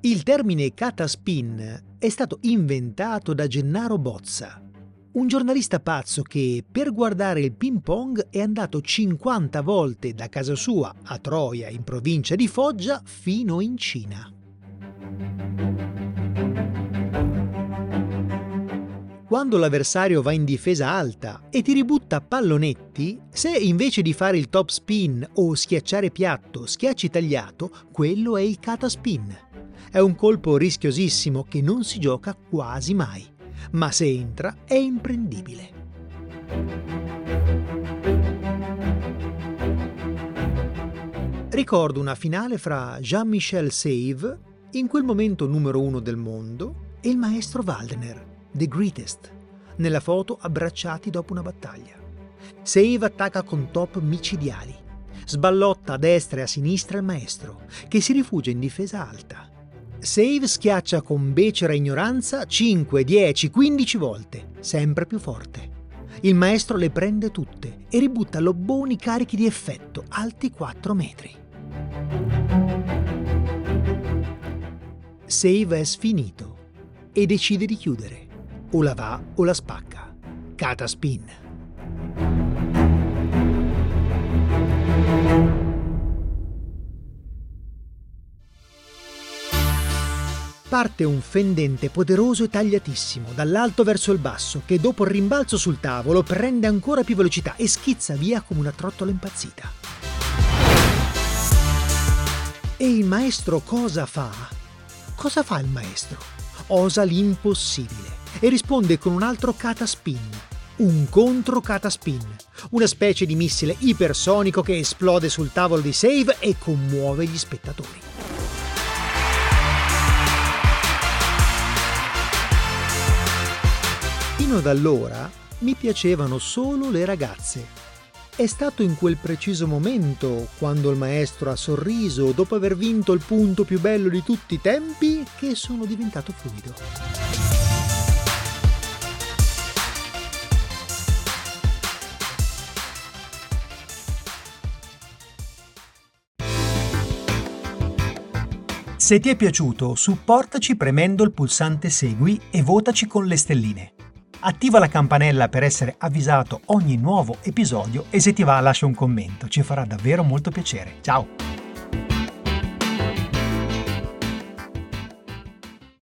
Il termine kata spin è stato inventato da Gennaro Bozza, un giornalista pazzo che per guardare il ping pong è andato 50 volte da casa sua a Troia, in provincia di Foggia, fino in Cina. Quando l'avversario va in difesa alta e ti ributta pallonetti, se invece di fare il top spin o schiacciare piatto schiacci tagliato, quello è il kata spin. È un colpo rischiosissimo che non si gioca quasi mai, ma se entra è imprendibile. Ricordo una finale fra Jean-Michel Save, in quel momento numero 1 del mondo, e il maestro Waldner, The Greatest, nella foto abbracciati dopo una battaglia. Save attacca con top micidiali, sballotta a destra e a sinistra il maestro, che si rifugia in difesa alta. Save schiaccia con becera ignoranza 5, 10, 15 volte, sempre più forte. Il maestro le prende tutte e ributta lobboni carichi di effetto, alti 4 metri. Save è sfinito e decide di chiudere. O la va o la spacca. Kata spin. Parte un fendente poderoso e tagliatissimo dall'alto verso il basso che dopo il rimbalzo sul tavolo prende ancora più velocità e schizza via come una trottola impazzita. E il maestro cosa fa? Cosa fa il maestro? Osa l'impossibile e risponde con un altro kata spin. Un contro kata spin. Una specie di missile ipersonico che esplode sul tavolo di Save e commuove gli spettatori. Fino ad allora mi piacevano solo le ragazze. È stato in quel preciso momento, quando il maestro ha sorriso dopo aver vinto il punto più bello di tutti i tempi, che sono diventato fluido. Se ti è piaciuto, supportaci premendo il pulsante Segui e votaci con le stelline. Attiva la campanella per essere avvisato ogni nuovo episodio e se ti va lascia un commento, ci farà davvero molto piacere. Ciao!